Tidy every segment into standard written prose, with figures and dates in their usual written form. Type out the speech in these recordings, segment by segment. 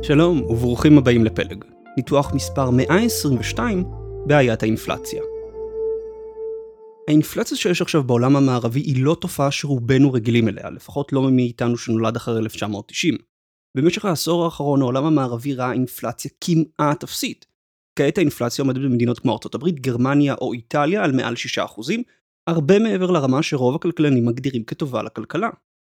שלום וברוכים הבאים לפלג. ניתוח מספר 122, בעיית האינפלציה. האינפלציה שיש עכשיו בעולם המערבי היא לא תופעה שרובנו רגילים אליה, לפחות לא מאיתנו שנולד אחרי 1990. במשך העשור האחרון העולם המערבי ראה אינפלציה כמעט אפסית. כעת האינפלציה עומדת במדינות כמו ארצות הברית, גרמניה או איטליה על מעל 6%, הרבה מעבר לרמה שרוב הכלכלנים מגדירים כטובה לכלכלה.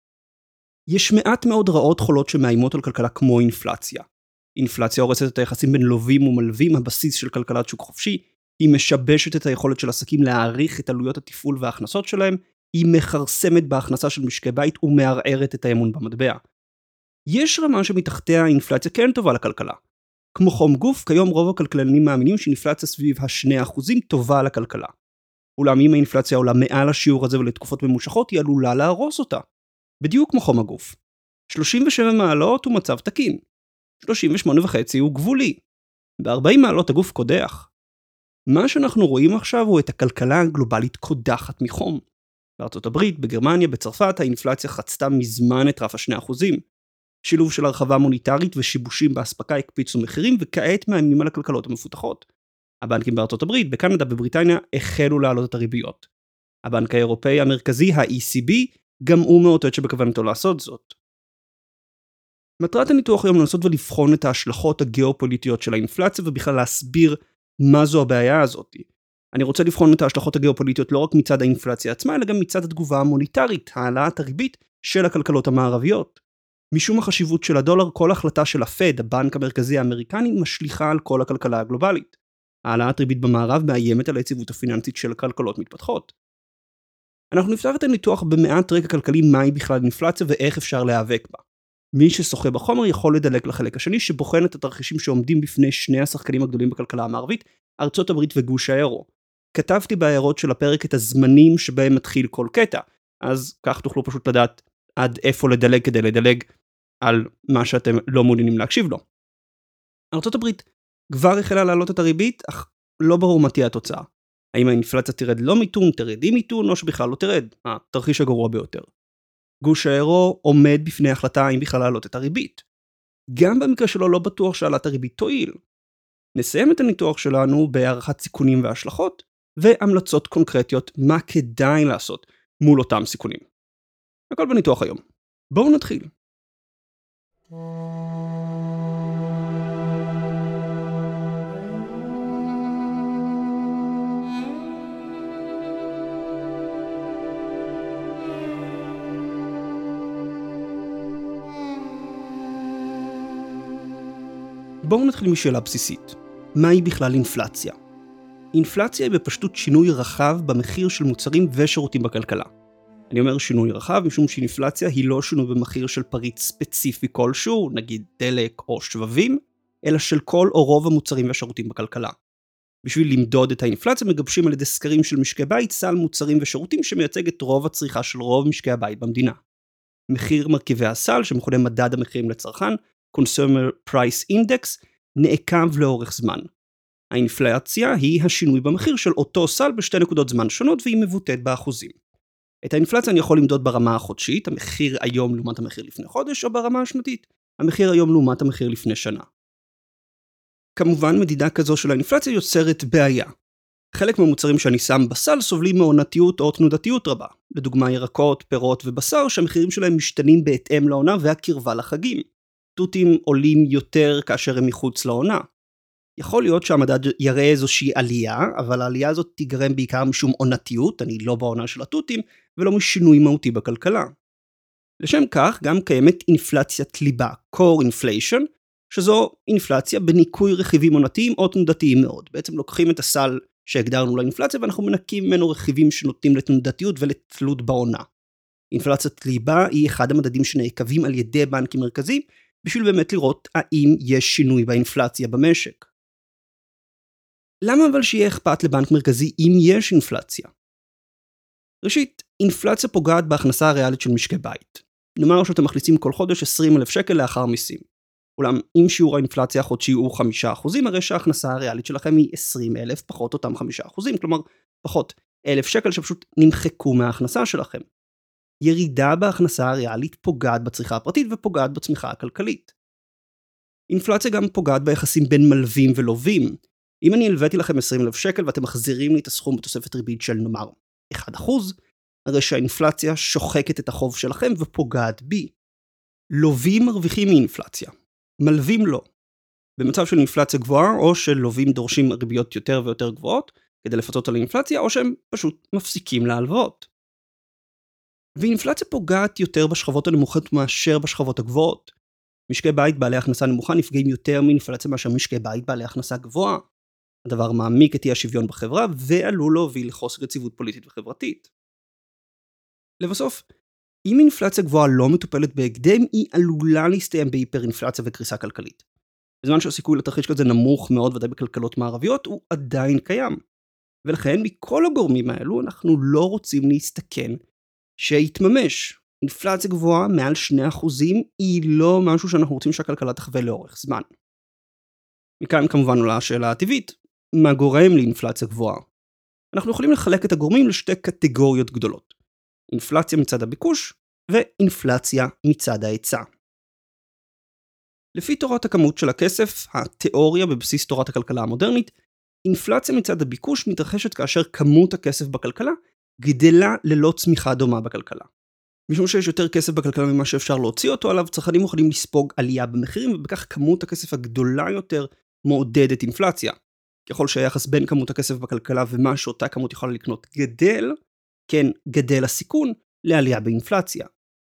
יש מעט מאוד רעות חולות שמאיימות על כלכלה כמו אינפלציה. אינפלציה הורסת את היחסים בין לווים ומלווים, הבסיס של כלכלת שוק חופשי, היא משבשת את היכולת של עסקים להעריך את עלויות התפעול וההכנסות שלהם, היא מכרסמת בהכנסה של משקי בית ומערערת את האמון במטבע. יש רמה שמתחתיה האינפלציה כן טובה לכלכלה. כמו חום גוף, כיום רוב הכלכלנים מאמינים שאינפלציה סביב ה2% טובה לכלכלה. אולם אם האינפלציה עולה מעל השיעור הזה ולתקופות ממושכות, היא עלולה להרוס אותה. בדיוק כמו חום הגוף. 37 מעלות הוא מצב תקין. 38.5 הוא גבולי. ב-40 מעלות הגוף קודח. מה שאנחנו רואים עכשיו הוא את הכלכלה הגלובלית קודחת מחום. בארצות הברית, בגרמניה, בצרפת, האינפלציה חצתה מזמן את רף ה2%. שילוב של הרחבה מוניטרית ושיבושים בהספקה הקפיצו מחירים וכעת מאיימים על הכלכלות המפותחות. הבנקים בארצות הברית, בקנדה ובבריטניה החלו להעלות את הריביות. הבנק האירופאי המרכזי, ה-ECB, גם הוא מאותת שבכוונתו לעשות זאת. מטרת הניתוח היום לנסות ולבחון את ההשלכות הגיאופוליטיות של האינפלציה ובכלל להסביר מה זו הבעיה הזאת. אני רוצה לבחון את ההשלכות הגיאופוליטיות לא רק מצד האינפלציה עצמה, אלא גם מצד התגובה המוניטרית, העלאת הריבית של הכלכלות המערביות. משום החשיבות של הדולר, כל החלטה של הפד, הבנק המרכזי האמריקני, משליכה על כל הכלכלה הגלובלית. העלאת ריבית במערב מאיימת על היציבות הפיננסית של כלכלות מתפתחות. אנחנו נפתח את הניתוח במעט רקע כלכלי מהי בכלל אינפלציה ואיך אפשר להיאבק בה. מי ששוחה בחומר יכול לדלק לחלק השני שבוחן את התרחישים שעומדים בפני שני השחקנים הגדולים בכלכלה המערבית, ארצות הברית וגוש האירו. כתבתי בהערות של הפרק את הזמנים שבהם מתחיל כל קטע, אז כך תוכלו פשוט לדעת עד איפה לדלג כדי לדלג על מה שאתם לא מעוניינים להקשיב לו. ארצות הברית כבר החלה להעלות את הריבית, אך לא ברור מה תהיה התוצאה. האם האינפלציה תרד לא מיתון, תרד עם מיתון, או שבכלל לא תרד, התרחיש הגרוע ביותר. גוש האירו עומד בפני החלטה האם בכלל להעלות את הריבית. גם במקרה שלו לא בטוח שעלת הריבית תועיל. נסיים את הניתוח שלנו בהערכת סיכונים והשלכות, והמלצות קונקרטיות מה כדאי לעשות מול אותם סיכונים. הכל בניתוח היום. בואו נתחיל. בואו נתחיל משאלה בסיסית. מהי בכלל אינפלציה? אינפלציה היא בפשטות שינוי רחב במחיר של מוצרים ושירותים בכלכלה. אני אומר שינוי רחב משום שאינפלציה היא לא שינוי במחיר של פריט ספציפי כלשהו, נגיד דלק או שבבים, אלא של כל או רוב המוצרים והשירותים בכלכלה. בשביל למדוד את האינפלציה מגבשים על ידי סקרים של משקי בית סל מוצרים ושירותים שמייצג את רוב הצריכה של רוב משקי הבית במדינה. מחיר מרכיבי הסל שמכונה מדד המחירים לצרכן, Consumer Price Index, נעקב לאורך זמן. האינפלציה היא השינוי במחיר של אותו סל בשתי נקודות זמן שונות והיא מבוטאת באחוזים. את האינפלציה אני יכול למדוד ברמה החודשית, המחיר היום לעומת המחיר לפני חודש, או ברמה השנתית, המחיר היום לעומת המחיר לפני שנה. כמובן, מדידה כזו של האינפלציה יוצרת בעיה. חלק מהמוצרים שאני שם בסל סובלים מעונתיות או תנודתיות רבה, לדוגמה ירקות, פירות ובשר שהמחירים שלהם משתנים בהתאם לעונה והקרבה לחגים. תותים עולים יותר כאשר הם מחוץ לעונה. יכול להיות שהמדד יראה איזושהי עלייה, אבל העלייה הזאת תגרם בעיקר משום עונתיות, אני לא בעונה של התותים, ולא משינוי מהותי בכלכלה. לשם כך גם קיימת אינפלציית ליבה, core inflation, שזו אינפלציה בניקוי רכיבים עונתיים או תנודתיים מאוד. בעצם לוקחים את הסל שהגדרנו לאינפלציה, ואנחנו מנקים ממנו רכיבים שנותנים לתנודתיות ולתלות בעונה. אינפלציית ליבה היא אחד המדדים שנעקבים על ידי בנקים מרכזיים, בשביל באמת לראות האם יש שינוי באינפלציה במשק. למה אבל שיהיה אכפת לבנק מרכזי אם יש אינפלציה? ראשית, אינפלציה פוגעת בהכנסה הריאלית של משקי בית. נאמר שאתם מכניסים כל חודש 20,000 שקל לאחר מיסים. אולם אם שיעור האינפלציה החודשי הוא 5%, הרי שההכנסה הריאלית שלכם היא 20,000 פחות אותם 5%, כלומר פחות 1,000 שקל שפשוט נמחקו מההכנסה שלכם. ירידה בהכנסה הריאלית פוגעת בצריכה הפרטית ופוגעת בצמיחה הכלכלית. אינפלציה גם פוגעת ביחסים בין מלווים ולווים. אם אני הלוויתי לכם 20,000 שקל ואתם מחזירים לי את הסכום בתוספת ריבית של נאמר 1%, הרי שהאינפלציה שוחקת את החוב שלכם ופוגעת בי. לווים מרוויחים מאינפלציה, מלווים לא. במצב של אינפלציה גבוהה, או של לווים דורשים ריביות יותר ויותר גבוהות כדי לפצות על האינפלציה, או שהם פשוט מפסיקים להלוות. ואינפלציה פוגעת יותר בשכבות הנמוכות מאשר בשכבות הגבוהות. משקי בית בעלי הכנסה נמוכה נפגעים יותר מאינפלציה מאשר משקי בית בעלי הכנסה גבוהה. הדבר מעמיק את אי השוויון בחברה, ועלול להוביל לחוסר יציבות פוליטית וחברתית. לבסוף, אם אינפלציה גבוהה לא מטופלת בהקדם, היא עלולה להסתיים בהיפר-אינפלציה וקריסה כלכלית. בזמן שהסיכוי לתרחיש כזה נמוך מאוד ודאי בכלכלות מערביות, הוא עדיין קיים. ולכן מכל הגורמים האלו אנחנו לא רוצים להסתכן שיתממש. אינפלציה גבוהה מעל 2% היא לא משהו שאנחנו רוצים שהכלכלה תחווה לאורך זמן. מכאן כמובן עולה השאלה הטבעית, מה גורם לאינפלציה גבוהה? אנחנו יכולים לחלק את הגורמים לשתי קטגוריות גדולות. אינפלציה מצד הביקוש ואינפלציה מצד ההיצע. לפי תורת הכמות של הכסף, התיאוריה בבסיס תורת הכלכלה המודרנית, אינפלציה מצד הביקוש מתרחשת כאשר כמות הכסף בכלכלה גדלה ללא צמיחה דומה בכלכלה. משום שיש יותר כסף בכלכלה ממה שאפשר להוציא אותו עליו, צרכנים יכולים לספוג עלייה במחירים, ובכך כמות הכסף הגדולה יותר מעודדת אינפלציה. ככל שהיחס בין כמות הכסף בכלכלה ומה שאותה כמות יכולה לקנות גדל, כן גדל הסיכון לעלייה באינפלציה.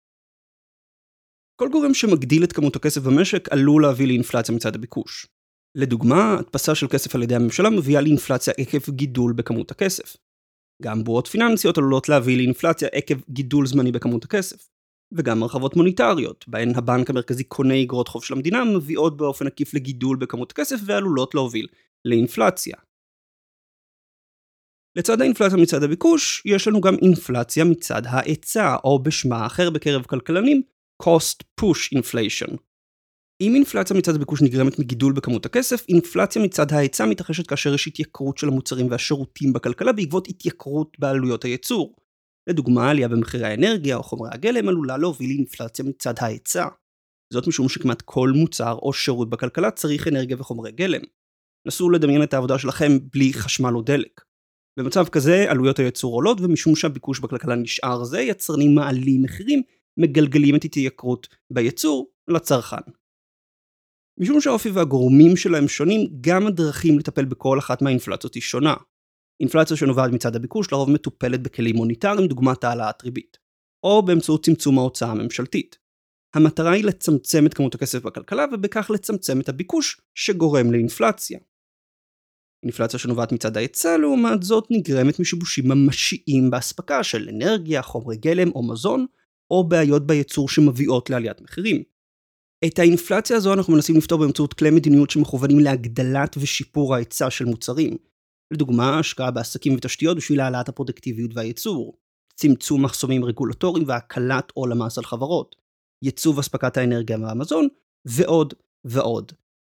כל גורם שמגדיל את כמות הכסף במשק עלול להביא לאינפלציה מצד הביקוש. לדוגמה, הדפסה של כסף על ידי הממשלה מביאה לאינפלציה עקב גידול בכמות הכסף. גם בועות פיננסיות עלולות להביא לאינפלציה עקב גידול זמני בכמות הכסף. וגם הרחבות מוניטריות, בהן הבנק המרכזי קונה אגרות חוב של המדינה, מביאות באופן עקיף לגידול בכמות הכסף ועלולות להוביל לאינפלציה. לצד האינפלציה מצד הביקוש, יש לנו גם אינפלציה מצד ההיצע, או בשמה אחר בקרב כלכלנים, cost push inflation. אם אינפלציה מצד הביקוש נגרמת מגידול בכמות הכסף, אינפלציה מצד ההיצע מתרחשת כאשר יש התייקרות של המוצרים והשירותים בכלכלה בעקבות התייקרות בעלויות הייצור. לדוגמה, עלייה במחירי האנרגיה או חומרי הגלם עלולה להוביל לאינפלציה מצד ההיצע. זאת משום שכמעט כל מוצר או שירות בכלכלה צריך אנרגיה וחומרי גלם. נסו לדמיין את העבודה שלכם בלי חשמל או דלק. במצב כזה, עלויות הייצור עולות, ומשום שהביקוש בכלכלה נשאר זה, יצרנים מעלים מחירים, מגלגלים את התייקרות בייצור לצרכן. משום שהאופי והגורמים שלהם שונים, גם הדרכים לטפל בכל אחת מהאינפלציות היא שונה. אינפלציה שנובעת מצד הביקוש לרוב מטופלת בכלים מוניטריים דוגמת העלאת ריבית, או באמצעות צמצום ההוצאה הממשלתית. המטרה היא לצמצם את כמות הכסף בכלכלה, ובכך לצמצם את הביקוש שגורם לאינפלציה. אינפלציה שנובעת מצד ההיצע, לעומת זאת, נגרמת משיבושים ממשיים בהספקה של אנרגיה, חומרי גלם או מזון, או בעיות בייצור שמביאות לעליית מחירים. את האינפלציה הזו אנחנו מנסים לפתור באמצעות כלי מדיניות שמכוונים להגדלת ושיפור ההיצע של מוצרים. לדוגמה, השקעה בעסקים ותשתיות בשביל העלאת הפרודקטיביות והייצור, צמצום מחסומים רגולטוריים והקלת עול המס על חברות, ייצוב הספקת האנרגיה והמזון, ועוד ועוד.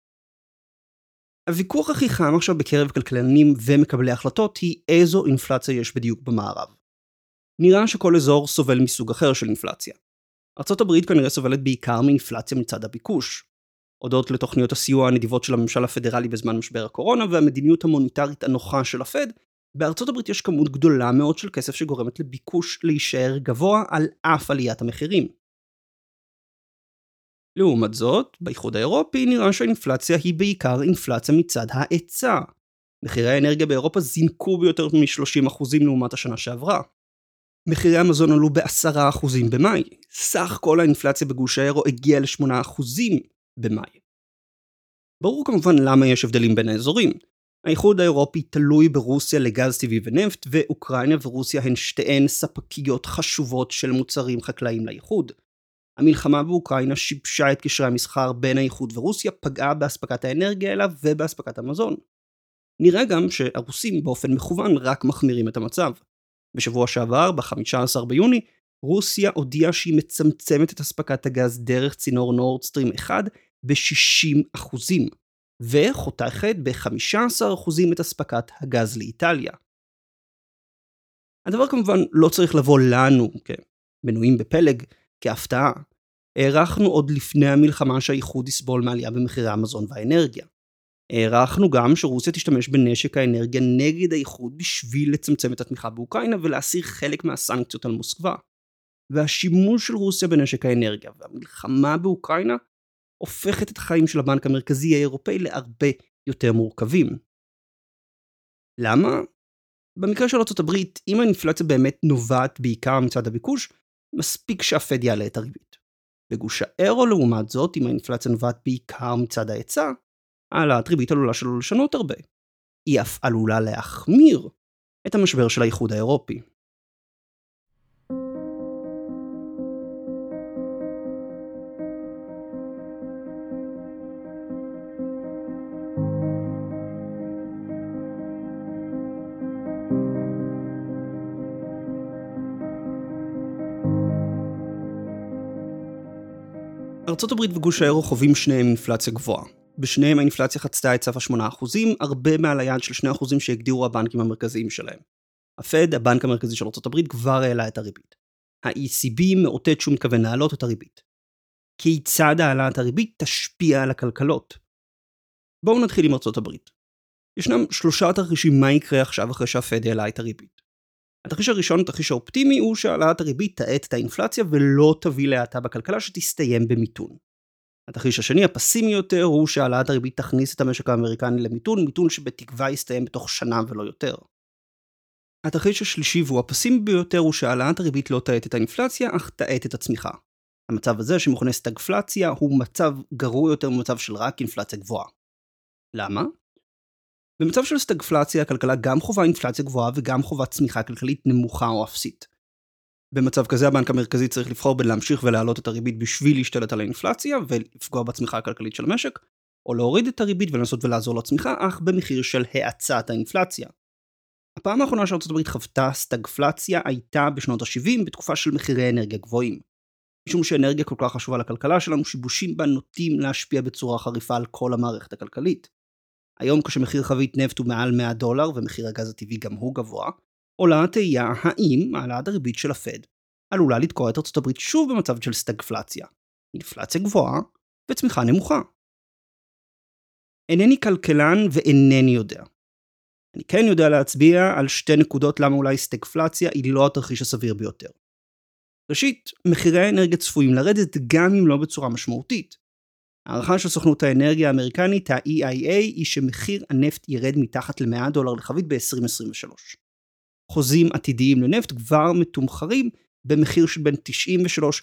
הוויכוח הכי חם עכשיו בקרב כלכלנים ומקבלי החלטות היא איזו אינפלציה יש בדיוק במערב. נראה שכל אזור סובל מסוג אחר של אינפלציה. ארצות הברית כנראה סובלת בעיקר מאינפלציה מצד הביקוש. הודות לתוכניות הסיוע הנדיבות של הממשל הפדרלי בזמן משבר הקורונה והמדיניות המוניטרית הנוחה של הפד, בארצות הברית יש כמות גדולה מאוד של כסף שגורמת לביקוש להישאר גבוה על אף עליית המחירים. לעומת זאת, באיחוד האירופי נראה שהאינפלציה היא בעיקר אינפלציה מצד ההיצע. מחירי האנרגיה באירופה זינקו ביותר מ-30% לעומת השנה שעברה. מחירי המזון עלו ב10% במאי. סך כל האינפלציה בגוש האירו הגיע ל8% במאי. ברור כמובן למה יש הבדלים בין האזורים. האיחוד האירופי תלוי ברוסיה לגז טבעי ונפט, ואוקראינה ורוסיה הן שתיהן ספקיות חשובות של מוצרים חקלאיים לאיחוד. המלחמה באוקראינה שיבשה את קשרי המסחר בין האיחוד ורוסיה, פגעה באספקת האנרגיה אליו ובאספקת המזון. נראה גם שהרוסים באופן מכוון רק מחמירים את המצב. בשבוע שעבר, ב-15 ביוני, רוסיה הודיעה שהיא מצמצמת את אספקת הגז דרך צינור נורד סטרים 1 ב-60%, וחותכת ב-15% את אספקת הגז לאיטליה. הדבר כמובן לא צריך לבוא לנו, כמנויים בפלג, כהפתעה, הערכנו עוד לפני המלחמה שהאיחוד יסבול מעלייה במחירי המזון והאנרגיה. הערכנו גם שרוסיה תשתמש בנשק האנרגיה נגד האיחוד בשביל לצמצם את התמיכה באוקראינה ולהסיר חלק מהסנקציות על מוסקבה. והשימוש של רוסיה בנשק האנרגיה והמלחמה באוקראינה הופכת את החיים של הבנק המרכזי האירופאי להרבה יותר מורכבים. למה? במקרה של ארצות הברית, אם האינפלציה באמת נובעת בעיקר מצד הביקוש, מספיק שהפד יעלה את הריבית. בגוש האירו לעומת זאת, אם האינפלציה נובעת בעיקר מצד ההיצע, העלאת ריבית עלולה שלא לשנות הרבה. היא אף עלולה להחמיר את המשבר של האיחוד האירופי. ארצות הברית וגוש האירו חווים שניהם אינפלציה גבוהה. בשניהם האינפלציה חצתה את סף ה-8%, הרבה מעל היעד של 2% שהגדירו הבנקים המרכזיים שלהם. הפד, הבנק המרכזי של ארצות הברית, כבר העלה את הריבית. ה-ECB מאותת שהוא מתכוון להעלות את הריבית. כיצד העלאת הריבית תשפיע על הכלכלות? בואו נתחיל עם ארצות הברית. ישנם 3 תרחישים מה יקרה עכשיו אחרי שהפד העלה את הריבית. התרחיש הראשון, התרחיש האופטימי, הוא שהעלאת הריבית תאט את האינפלציה ולא תביא להאטה בכלכלה שתסתיים במיתון. התרחיש השני, הפסימי יותר, הוא שהעלאת הריבית תכניס את המשק האמריקני למיתון, מיתון שבתקווה יסתיים בתוך שנה ולא יותר. התרחיש השלישי והוא הפסימי ביותר הוא שהעלאת הריבית לא תאט את האינפלציה, אך תאט את הצמיחה. המצב הזה שמכונה סטגפלציה הוא מצב גרוע יותר ממצב של רק אינפלציה גבוהה. למה? במצב של סטגפלציה הכלכלה גם חובה אינפלציה גבוהה וגם חובה צמיחה כלכלית נמוכה או אפסית. במצב כזה הבנק המרכזי צריך לבחור בין להמשיך ולהעלות את הריבית בשביל להשתלט על האינפלציה ולפגוע בצמיחה הכלכלית של המשק, או להוריד את הריבית ולנסות ולעזור לצמיחה, אך במחיר של האצת האינפלציה. הפעם האחרונה שארצות הברית חוותה סטגפלציה הייתה בשנות ה-70 בתקופה של מחירי אנרגיה גבוהים. משום שאנרגיה כל כך חשובה לכלכלה שלנו, שיבושים בה נוטים להשפיע בצורה חריפה על כל המערכת הכלכלית. היום כשמחיר חבית נפט הוא מעל $100 ומחיר הגז הטבעי גם הוא גבוה, עולה התהייה האם העלאת הריבית של הפד עלולה לתקוע את ארצות הברית שוב במצב של סטגפלציה, אינפלציה גבוהה וצמיחה נמוכה. אינני כלכלן ואינני יודע. אני כן יודע להצביע על 2 נקודות למה אולי סטגפלציה היא לא התרחיש הסביר ביותר. ראשית, מחירי האנרגיה צפויים לרדת גם אם לא בצורה משמעותית. הערכה של סוכנות האנרגיה האמריקנית, ה-EIA, היא שמחיר הנפט ירד מתחת ל$100 לחבית ב-2023. חוזים עתידיים לנפט כבר מתומחרים במחיר של בין $93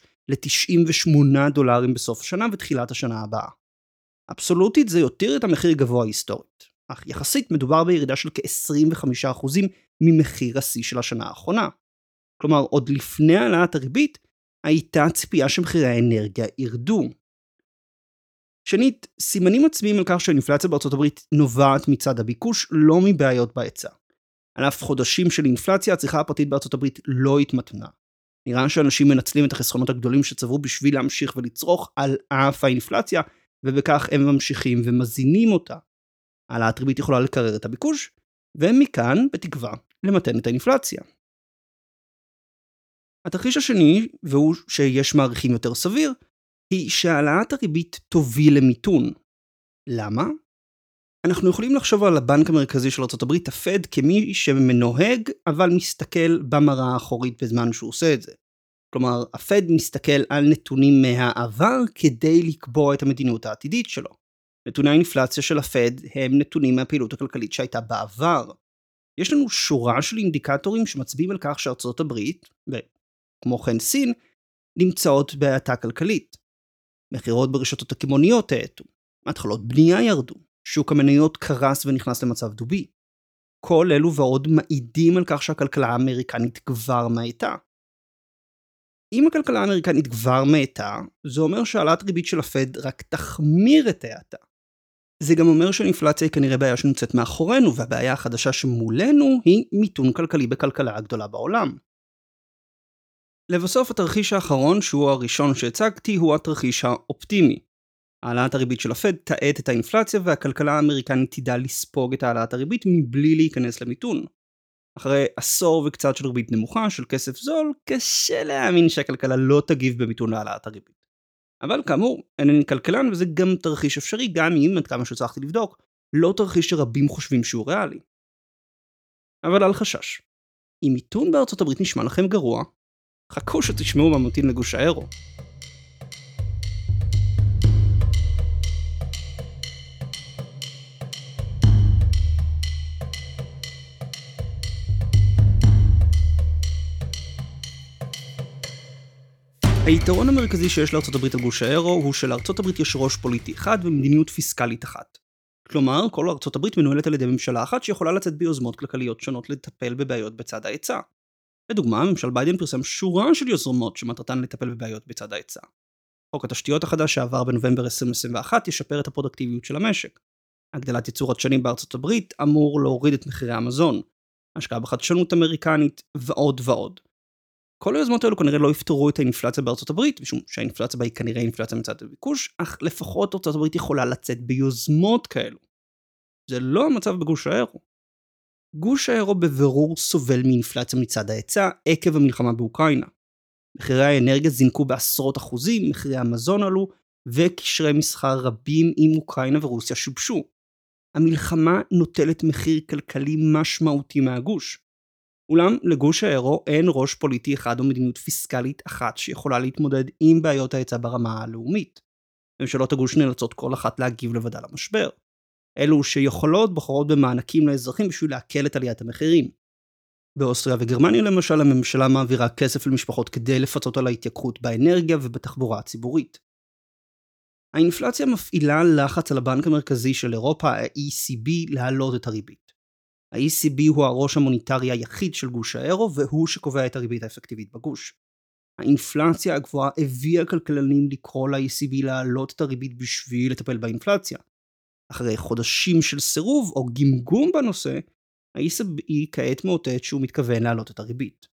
ל-$98 בסוף השנה ותחילת השנה הבאה. אבסולוטית זה יותיר את המחיר גבוה היסטורית, אך יחסית מדובר בירידה של כ-25% ממחיר השיא של השנה האחרונה. כלומר, עוד לפני העלאת הריבית, הייתה ציפייה שמחירי האנרגיה ירדו. שנית, סימנים עצמיים על כך שהאינפלציה בארצות הברית נובעת מצד הביקוש, לא מבעיות בהיצע. על אף חודשים של אינפלציה, הצריכה הפרטית בארצות הברית לא התמתנה. נראה שאנשים מנצלים את החסכונות הגדולים שצברו בשביל להמשיך ולצרוך על אף האינפלציה, ובכך הם ממשיכים ומזינים אותה. העלאת ריבית יכולה לקרר את הביקוש, ומכאן, בתקווה, למתן את האינפלציה. התרחיש השני, והוא שיש מעריכים יותר סביר, היא שהעלאת הריבית תוביל למיתון. למה? אנחנו יכולים לחשוב על הבנק המרכזי של ארצות הברית, הפד, כמי שמנוהג, אבל מסתכל במראה האחורית בזמן שהוא עושה את זה. כלומר, הפד מסתכל על נתונים מהעבר כדי לקבוע את המדיניות העתידית שלו. נתוני האינפלציה של הפד הם נתונים מהפעילות הכלכלית שהייתה בעבר. יש לנו שורה של אינדיקטורים שמצביעים על כך שארצות הברית, וכמו כן סין, נמצאות בהאטה כלכלית. מחירות ברשתות הקמעוניות האטו, התחלות בנייה ירדו, שוק המניות קרס ונכנס למצב דובי. כל אלו ועוד מעידים על כך שהכלכלה האמריקנית כבר מאטה. אם הכלכלה האמריקנית כבר מאטה, זה אומר שהעלאת ריבית של הפד רק תחמיר את ההאטה. זה גם אומר שהאינפלציה היא כנראה בעיה שנמצאת מאחורינו, והבעיה החדשה שמולנו היא מיתון כלכלי בכלכלה הגדולה בעולם. לבסוף, התרחיש האחרון, שהוא הראשון שהצגתי, הוא התרחיש האופטימי. העלאת הריבית של הפד תאט את האינפלציה, והכלכלה האמריקנית תדע לספוג את העלאת הריבית מבלי להיכנס למיתון. אחרי עשור וקצת של ריבית נמוכה, של כסף זול, קשה להאמין שהכלכלה לא תגיב במיתון להעלאת הריבית. אבל כאמור, אינני כלכלן וזה גם תרחיש אפשרי, גם אם, עד כמה שצריכתי לבדוק, לא תרחיש שרבים חושבים שהוא ריאלי. אבל אל חשש. אם מיתון בארצות הברית נשמע לכם גרוע, חכו שתשמעו מה ממתין לגוש האירו. היתרון המרכזי שיש לארצות הברית על גוש האירו הוא שלארצות הברית יש ראש פוליטי אחד ומדיניות פיסקלית אחת. כלומר, כל ארצות הברית מנוהלת על ידי ממשלה אחת שיכולה לצאת ביוזמות כלכליות שונות לטפל בבעיות בצד ההיצע. לדוגמה, ממשל ביידן פרסם שורה של יוזמות שמטרתן לטפל בבעיות בצד ההיצע. חוק התשתיות החדש שעבר בנובמבר 2021 ישפר את הפרודקטיביות של המשק. הגדלת ייצור הדשנים בארצות הברית אמור להוריד את מחירי המזון, השקעה בחדשנות אמריקנית ועוד ועוד. כל היוזמות האלו כנראה לא יפתרו את האינפלציה בארצות הברית, משום שהאינפלציה בה היא כנראה אינפלציה מצד הביקוש, אך לפחות ארצות הברית יכולה לצאת ביוזמות כאלו. זה לא המצב בגוש האירו. גוש האירו בבירור סובל מאינפלציה מצד ההיצע עקב המלחמה באוקראינה. מחירי האנרגיה זינקו בעשרות אחוזים, מחירי המזון עלו, וקשרי מסחר רבים עם אוקראינה ורוסיה שובשו. המלחמה נוטלת מחיר כלכלי משמעותי מהגוש. אולם לגוש האירו אין ראש פוליטי אחד או מדיניות פיסקלית אחת שיכולה להתמודד עם בעיות ההיצע ברמה הלאומית. ממשלות הגוש נאלצות כל אחת להגיב לבדה למשבר. אלו שיכולות בוחרות במענקים לאזרחים בשביל להקל את עליית המחירים. באוסטריה וגרמניה למשל הממשלה מעבירה כסף למשפחות כדי לפצות על ההתייקרות באנרגיה ובתחבורה הציבורית. האינפלציה מפעילה לחץ על הבנק המרכזי של אירופה, ה-ECB, להעלות את הריבית. ה-ECB הוא הראש המוניטרי היחיד של גוש האירו, והוא שקובע את הריבית האפקטיבית בגוש. האינפלציה הגבוהה הביאה כלכלנים לקרוא ל-ECB להעלות את הריבית בשביל לטפל באינפלציה. אחרי חודשים של סירוב או גמגום בנושא, ה-ECB כעת מאותת שהוא מתכוון להעלות את הריבית.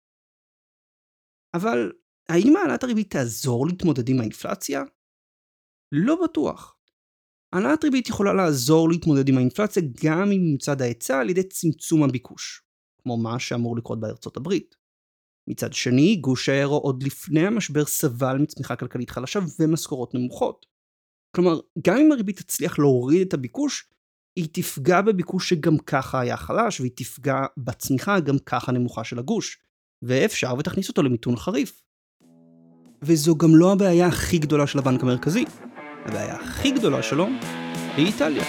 אבל האם העלאת הריבית תעזור להתמודד עם האינפלציה? לא בטוח. העלאת ריבית יכולה לעזור להתמודד עם האינפלציה גם אם מצד ההיצע על ידי צמצום הביקוש, כמו מה שאמור לקרות בארצות הברית. מצד שני, גוש האירו עוד לפני המשבר סבל מצמיחה כלכלית חלשה ומשכורות נמוכות. כלומר, גם אם הריבית תצליח להוריד את הביקוש, היא תפגע בביקוש שגם ככה היה חלש, והיא תפגע בצמיחה גם ככה נמוכה של הגוש, ואפשר ותכניס אותו למיתון חריף. וזו גם לא הבעיה הכי גדולה של הבנק המרכזי. הבעיה הכי גדולה שלו היא איטליה.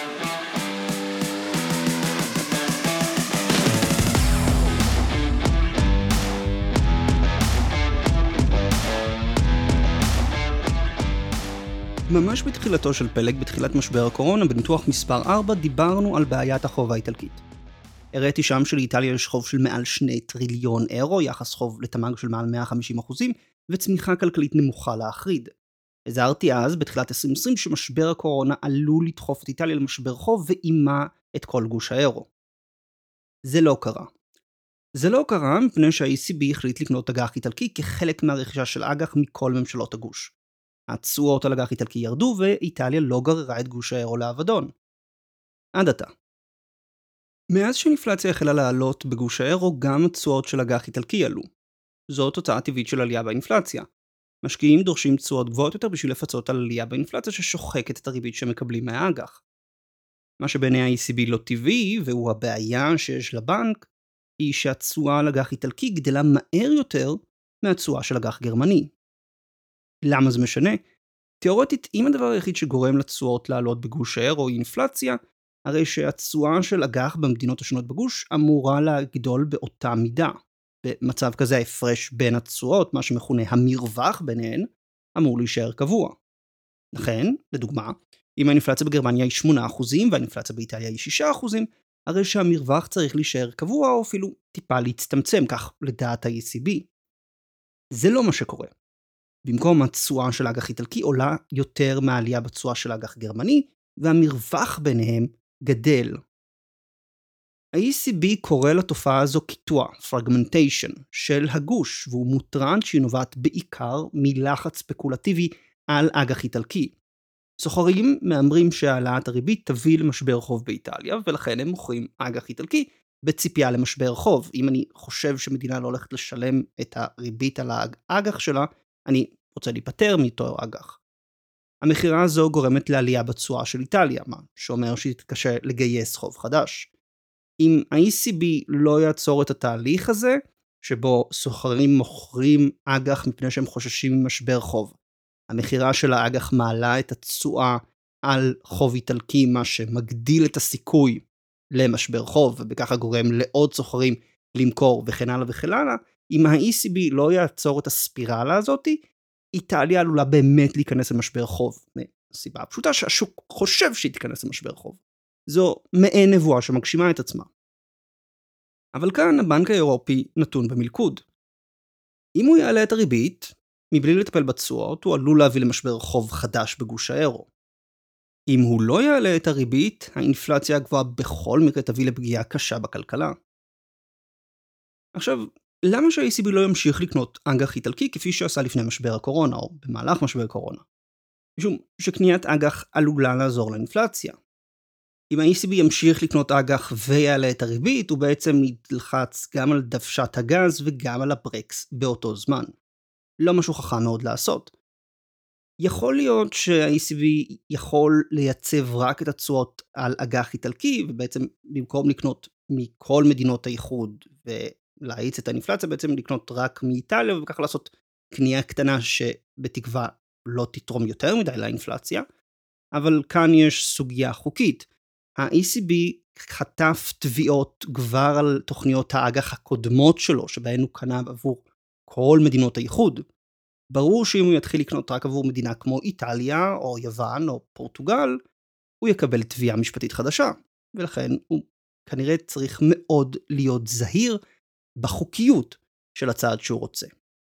ממש בתחילתו של פלג, בתחילת משבר הקורונה, בניתוח מספר 4, דיברנו על בעיית החוב האיטלקית. הראיתי שם שלאיטליה יש חוב של מעל 2 טריליון אירו, יחס חוב לתמ"ג של מעל 150%, וצמיחה כלכלית נמוכה להחריד. הזהרתי אז, בתחילת 2020, שמשבר הקורונה עלול לדחוף את איטליה למשבר חוב ועימה את כל גוש האירו. זה לא קרה. זה לא קרה מפני שה-ECB החליט לקנות אג"ח איטלקי כחלק מהרכישה של אג"ח מכל ממשלות הגוש. התשואות על אג"ח איטלקי ירדו ואיטליה לא גררה את גוש האירו לאבדון. עד עתה. מאז שהאינפלציה החלה לעלות בגוש האירו, גם התשואות של אג"ח איטלקי עלו. זו תוצאה טבעית של עלייה באינפלציה. משקיעים דורשים תשואות גבוהות יותר בשביל לפצות על עלייה באינפלציה ששוחקת את הריבית שמקבלים מהאג"ח. מה שבעיני ה-ECB לא טבעי, והוא הבעיה שיש לבנק, היא שהתשואה על אג"ח איטלקי גדלה מהר יותר מהתשואה של אג"ח גרמני. למה זה משנה? תיאורטית, אם הדבר היחיד שגורם לתשואות לעלות בגוש האירו היא אינפלציה, הרי שהתשואה של אג"ח במדינות השונות בגוש אמורה לגדול באותה מידה. במצב כזה ההפרש בין התשואות, מה שמכונה המרווח ביניהן, אמור להישאר קבוע. לכן, לדוגמה, אם האינפלציה בגרמניה היא 8% והאינפלציה באיטליה היא 6%, הרי שהמרווח צריך להישאר קבוע או אפילו טיפה להצטמצם, כך לדעת ה-ECB. זה לא מה שקורה. במקום התשואה של אג"ח איטלקי עולה יותר מהעלייה בתשואה של אג"ח גרמני, והמרווח ביניהם גדל. ה-ECB קורא לתופעה הזו קיטוע, fragmentation, של הגוש, והוא מוטרד שהיא נובעת בעיקר מלחץ ספקולטיבי על אג"ח איטלקי. סוחרים מאמרים שהעלאת הריבית תביא למשבר חוב באיטליה, ולכן הם מוכרים אג"ח איטלקי בציפייה למשבר חוב. אם אני חושב שמדינה לא הולכת לשלם את הריבית על האג"ח שלה, אני רוצה להיפטר מאותו אג"ח. המכירה הזו גורמת לעלייה בתשואה של איטליה, מה שאומר שהיא תתקשה לגייס חוב חדש. אם ה-ECB לא יעצור את התהליך הזה, שבו סוחרים מוכרים אג"ח מפני שהם חוששים ממשבר חוב, המכירה של האג"ח מעלה את התשואה על חוב איטלקי, מה שמגדיל את הסיכוי למשבר חוב, ובככה גורם לעוד סוחרים למכור וכן הלאה וכן הלאה. אם ה-ECB לא יעצור את הספירלה הזאת, איטליה עלולה באמת להיכנס למשבר חוב. הסיבה הפשוטה שהשוק חושב שהיא תיכנס למשבר חוב. זו מעין נבואה שמגשימה את עצמה. אבל כאן הבנק האירופי נתון במלכוד. אם הוא יעלה את הריבית, מבלי לטפל בתשואות, הוא עלול להביא למשבר חוב חדש בגוש האירו. אם הוא לא יעלה את הריבית, האינפלציה הגבוהה בכל מקרה תביא לפגיעה קשה בכלכלה. עכשיו, למה שה-ECB לא ימשיך לקנות אג"ח איטלקי כפי שעשה לפני משבר הקורונה, או במהלך משבר הקורונה? משום שקניית אג"ח עלולה לעזור לאינפלציה. אם ה-ECB ימשיך לקנות אג"ח ויעלה את הריבית, הוא בעצם ילחץ גם על דוושת הגז וגם על הברקס באותו זמן. לא משהו חכם מאוד לעשות. יכול להיות שה-ECB יכול לייצב רק את התשואות על אג"ח איטלקי, ובעצם במקום לקנות מכל מדינות האיחוד ולהאיץ את האינפלציה, בעצם לקנות רק מאיטליה, וככה לעשות קנייה קטנה שבתקווה לא תתרום יותר מדי לאינפלציה. אבל כאן יש סוגיה חוקית. ה-ECB חטף תביעות כבר על תוכניות האג"ח הקודמות שלו, שבהן הוא קנה עבור כל מדינות האיחוד. ברור שאם הוא יתחיל לקנות רק עבור מדינה כמו איטליה, או יוון, או פורטוגל, הוא יקבל תביעה משפטית חדשה, ולכן הוא כנראה צריך מאוד להיות זהיר בחוקיות של הצעד שהוא רוצה.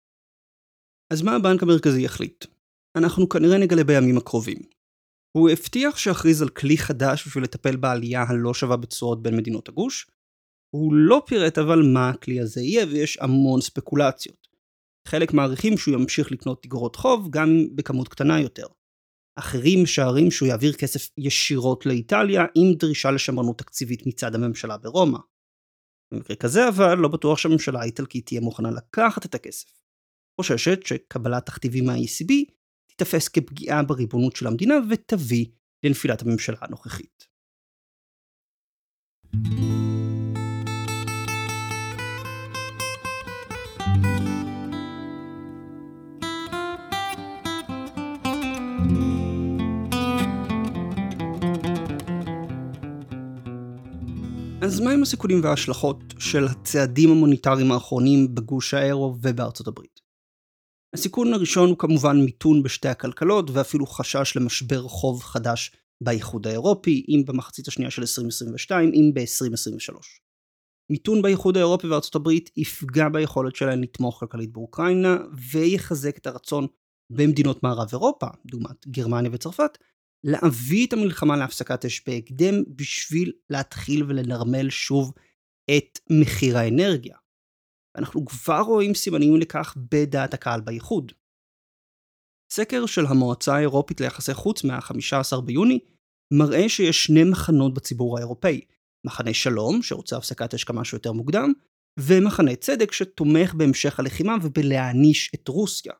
אז מה הבנק המרכזי יחליט? אנחנו כנראה נגלה בימים הקרובים. הוא הבטיח שהכריז על כלי חדש בשביל לטפל בעלייה הלא שווה בתשואות בין מדינות הגוש. הוא לא פירט אבל מה הכלי הזה יהיה, ויש המון ספקולציות. חלק מעריכים שהוא ימשיך לקנות תגרות חוב, גם בכמות קטנה יותר. אחרים משערים שהוא יעביר כסף ישירות לאיטליה, עם דרישה לשמרנות תקציבית מצד הממשלה ברומא. במקרה כזה אבל לא בטוח שהממשלה האיטלקית תהיה מוכנה לקחת את הכסף. חוששת שקבלת תכתיבים מה-ECB תתפס כפגיעה בריבונות של המדינה ותביא לנפילת הממשלה הנוכחית. אז מהם הסיכונים וההשלכות של הצעדים המוניטריים האחרונים בגוש האירו ובארצות הברית? הסיכון הראשון הוא כמובן מיתון בשתי הכלכלות, ואפילו חשש למשבר חוב חדש באיחוד האירופי, אם במחצית השנייה של 2022, אם ב-2023. מיתון באיחוד האירופי וארצות הברית יפגע ביכולת שלהן לתמוך כלכלית באוקראינה, ויחזק את הרצון במדינות מערב אירופה, דוגמת גרמניה וצרפת, להביא את המלחמה להפסקת אש בהקדם, בשביל להתחיל ולנרמל שוב את מחיר האנרגיה. אנחנו כבר רואים סימנים לכך בדעת הקהל באיחוד. סקר של המועצה האירופית ליחסי חוץ מה-15 ביוני מראה שיש שני מחנות בציבור האירופאי, מחנה שלום שרוצה הפסקת אש כמה שיותר מוקדם, ומחנה צדק שתומך בהמשך הלחימה ובלהעניש את רוסיה.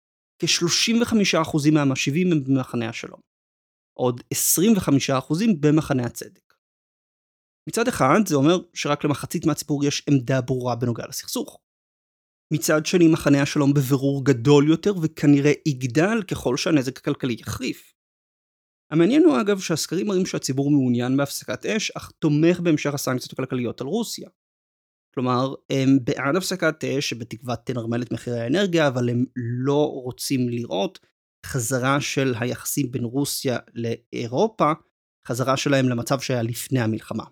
כ-35% מהמשיבים הם במחנה השלום, עוד 25% במחנה הצדק. מצד אחד זה אומר שרק למחצית מהציבור יש עמדה ברורה בנוגע לסכסוך. מצד שני מחנה השלום בבירור גדול יותר וכנראה יגדל ככל שהנזק הכלכלי יחריף. המעניין הוא אגב שהסקרים מראים שהציבור מעוניין בהפסקת אש, אך תומך בהמשך הסנקציות הכלכליות על רוסיה. כלומר, הם בעד הפסקת אש שבתקווה תנרמל את מחירי האנרגיה, אבל הם לא רוצים לראות חזרה של היחסים בין רוסיה לאירופה, חזרה שלהם למצב שהיה לפני המלחמה.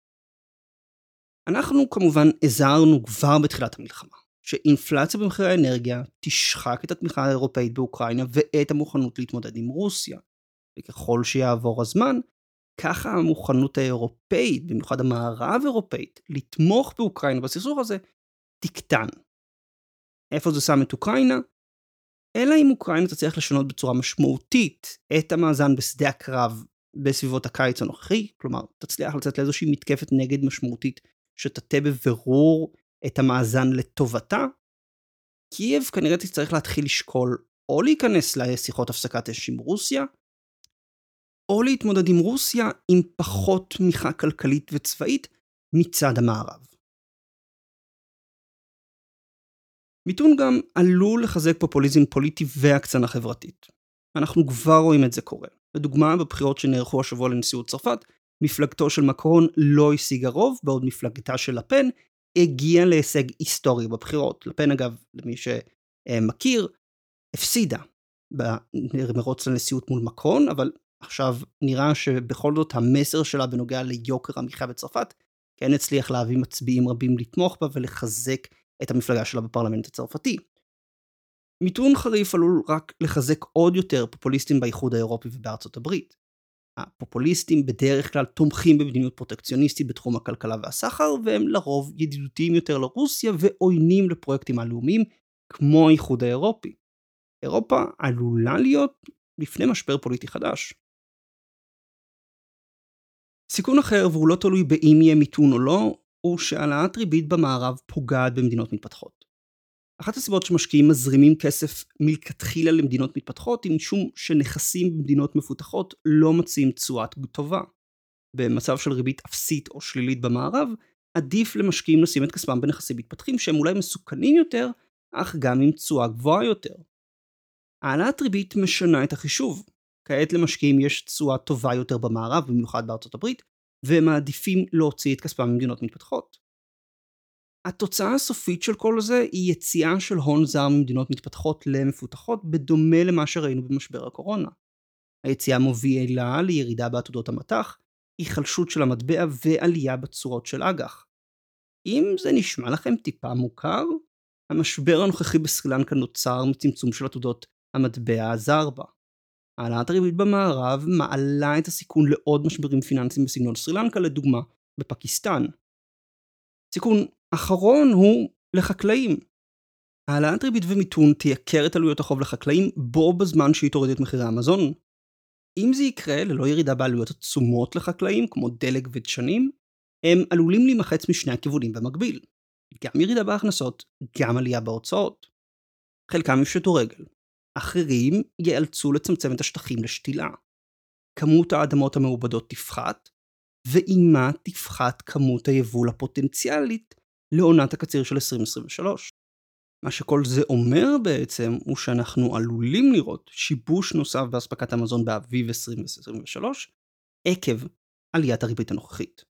אנחנו כמובן הזהרנו כבר בתחילת המלחמה, שאינפלציה במחירי האנרגיה תשחק את התמיכה האירופאית באוקראינה ואת המוכנות להתמודד עם רוסיה. וככל שיעבור הזמן, ככה המוכנות האירופאית, במיוחד המערב אירופאית, לתמוך באוקראינה בסכסוך הזה, תקטן. איפה זה שם את אוקראינה? אלא אם אוקראינה תצליח לשנות בצורה משמעותית את המאזן בשדה הקרב בסביבות הקיץ הנוכחי, כלומר, תצליח לצאת לאיזושהי מתקפת נגד משמעותית שתטה בבירור את המאזן לטובתה, קייב כנראה תצטרך להתחיל לשקול או להיכנס לשיחות הפסקת אש עם רוסיה, או להתמודד עם רוסיה עם פחות תמיכה כלכלית וצבאית מצד המערב. מיתון גם עלול לחזק פופוליזם פוליטי והקצנה חברתית. אנחנו כבר רואים את זה קורה. לדוגמה, בבחירות שנערכו השבוע לנשיאות צרפת, מפלגתו של מקרון לא השיגה רוב, בעוד מפלגתה של לפן הגיעה להישג היסטורי בבחירות. לפן, אגב, למי שמכיר, הפסידה במרוץ לנשיאות מול מקרון, אבל עכשיו נראה שבכל זאת המסר שלה בנוגע ליוקר המחיה בצרפת, כן הצליח להביא מצביעים רבים לתמוך בה ולחזק את המפלגה שלה בפרלמנט הצרפתי. מיתון חריף עלול רק לחזק עוד יותר פופוליסטים באיחוד האירופי ובארצות הברית. הפופוליסטים בדרך כלל תומכים במדיניות פרוטקציוניסטית בתחום הכלכלה והסחר, והם לרוב ידידותיים יותר לרוסיה ועוינים לפרויקטים הלאומיים כמו האיחוד האירופי. אירופה עלולה להיות לפני משבר פוליטי חדש. סיכון אחר, והוא לא תלוי באם יהיה מיתון או לא, הוא שהעלאת ריבית במערב פוגעת במדינות מתפתחות. אחת הסיבות שמשקיעים מזרימים כסף מלכתחילה למדינות מתפתחות היא משום שנכסים במדינות מפותחות לא מציעים תשואה טובה. במצב של ריבית אפסית או שלילית במערב, עדיף למשקיעים לשים את כספם בנכסים מתפתחים שהם אולי מסוכנים יותר, אך גם עם תשואה גבוהה יותר. העלאת ריבית משנה את החישוב. כעת למשקיעים יש תשואה טובה יותר במערב, במיוחד בארצות הברית, והם מעדיפים להוציא את כספם ממדינות מתפתחות. התוצאה הסופית של כל זה היא יציאה של הון זר ממדינות מתפתחות למפותחות, בדומה למה שראינו במשבר הקורונה. היציאה מובילה לירידה בעתודות המטח, היחלשות של המטבע ועלייה בצורות של אג"ח. אם זה נשמע לכם טיפה מוכר, המשבר הנוכחי בסרילנקה נוצר מצמצום של עתודות המטבע הזר בה. העלאת הריבית במערב מעלה את הסיכון לעוד משברים פיננסיים בסגנון סרילנקה, לדוגמה בפקיסטן. סיכון אחרון הוא לחקלאים. העלאת ריבית ומיתון תייקר את עלויות החוב לחקלאים בו בזמן שהיא תוריד את מחירי המזון. אם זה יקרה ללא ירידה בעלויות עצומות לחקלאים כמו דלק ודשנים, הם עלולים להימחץ משני הכיוונים במקביל. גם ירידה בהכנסות, גם עלייה בהוצאות. חלקם יפשטו רגל. אחרים ייאלצו לצמצם את השטחים לשתילה. כמות האדמות המעובדות תפחת, ועימה תפחת כמות היבול הפוטנציאלית לעונת הקציר של 2023. מה שכל זה אומר בעצם הוא שאנחנו עלולים לראות שיבוש נוסף באספקת המזון באביב 2023 עקב עליית הריבית הנוכחית.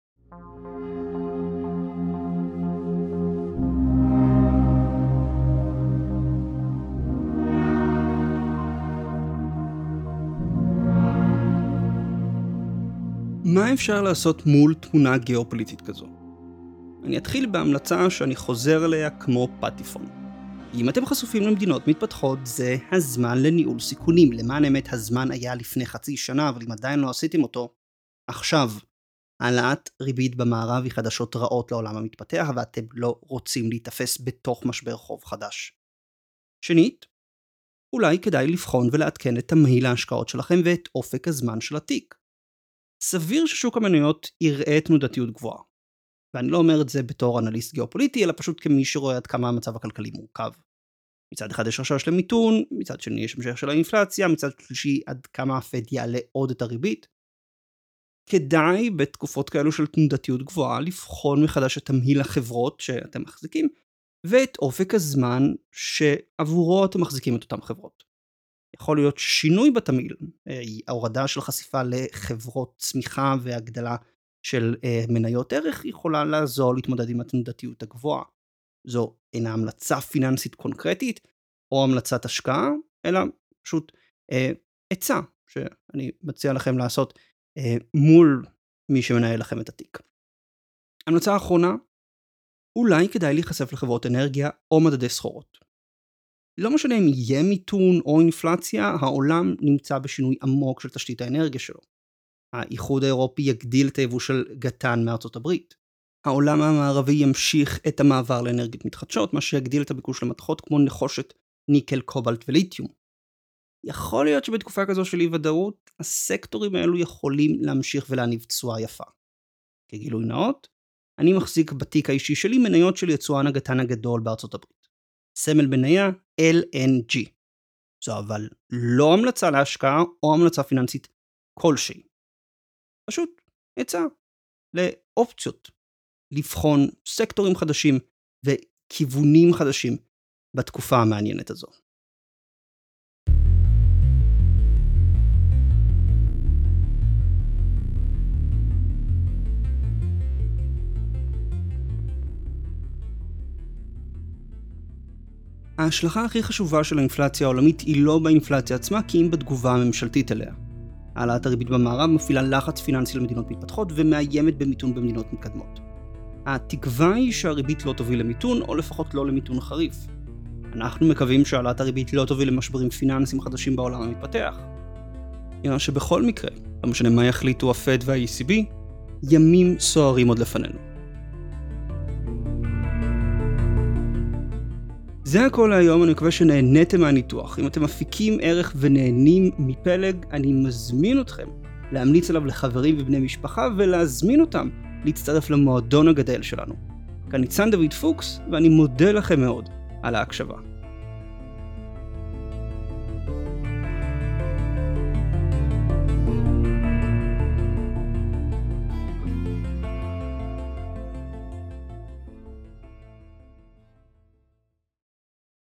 מה אפשר לעשות מול תמונה גיאופוליטית כזו? אני אתחיל בהמלצה שאני חוזר עליה כמו פטיפון. אם אתם חשופים למדינות מתפתחות, זה הזמן לניהול סיכונים. למען האמת, הזמן היה לפני חצי שנה, אבל אם עדיין לא עשיתם אותו, עכשיו. העלאת ריבית במערב היא חדשות רעות לעולם המתפתח, ואתם לא רוצים להתאפס בתוך משבר חוב חדש. שנית, אולי כדאי לבחון ולעדכן את תמהיל ההשקעות שלכם ואת אופק הזמן של התיק. סביר ששוק המניות יראה תנודתיות גבוהה. ואני לא אומר את זה בתור אנליסט גיאופוליטי, אלא פשוט כמי שרואה עד כמה המצב הכלכלי מורכב. מצד אחד יש חשש למיתון, מצד שני יש המשך של האינפלציה, מצד שלישי עד כמה הפד יעלה עוד את הריבית. כדאי בתקופות כאלו של תנודתיות גבוהה לבחון מחדש את תמהיל החברות שאתם מחזיקים, ואת אופק הזמן שעבורו אתם מחזיקים את אותם חברות. יכול להיות שינוי בתמהיל, ההורדה של חשיפה לחברות צמיחה והגדלה של מניות ערך יכולה לעזור להתמודד עם התנודתיות הגבוהה. זו אינה המלצה פיננסית קונקרטית או המלצת השקעה, אלא פשוט עצה שאני מציע לכם לעשות מול מי שמנהל לכם את התיק. המלצה האחרונה, אולי כדאי להיחשף לחברות אנרגיה או מדדי סחורות. לא משנה אם יהיה מיתון או אינפלציה, העולם נמצא בשינוי עמוק של תשתית האנרגיה שלו. האיחוד האירופי יגדיל את היבוא של גטן מארצות הברית. העולם המערבי ימשיך את המעבר לאנרגיות מתחדשות, מה שיגדיל את הביקוש למתכות כמו נחושת, ניקל, קובלט וליתיום. יכול להיות שבתקופה כזו של אי-ודאות, הסקטורים האלו יכולים להמשיך ולהניב תשואה יפה. כגילוי נאות, אני מחזיק בתיק האישי שלי מניות של יצואן הגטן הגדול בארצות הברית. סמל מניה LNG. זו אבל לא המלצה להשקעה או המלצה פיננסית כלשהי. פשוט עצה לאופציות, לבחון סקטורים חדשים וכיוונים חדשים בתקופה המעניינת הזו. ההשלכה הכי חשובה של האינפלציה העולמית היא לא באינפלציה עצמה, כי אם בתגובה הממשלתית אליה. העלאת הריבית במערב מפעילה לחץ פיננסי למדינות מתפתחות ומאיימת במיתון במדינות מתקדמות. התקווה היא שהריבית לא תוביל למיתון, או לפחות לא למיתון חריף. אנחנו מקווים שהעלאת הריבית לא תוביל למשברים פיננסיים חדשים בעולם המתפתח. נראה שבכל מקרה, לא משנה מה יחליטו הפד וה-ECB, ימים סוערים עוד לפנינו. זה הכל להיום, אני מקווה שנהניתם מהניתוח. אם אתם מפיקים ערך ונהנים מפלג, אני מזמין אתכם להמליץ עליו לחברים ובני משפחה ולהזמין אותם להצטרף למועדון הגדל שלנו. כאן ניצן דוד פוקס, ואני מודה לכם מאוד על ההקשבה.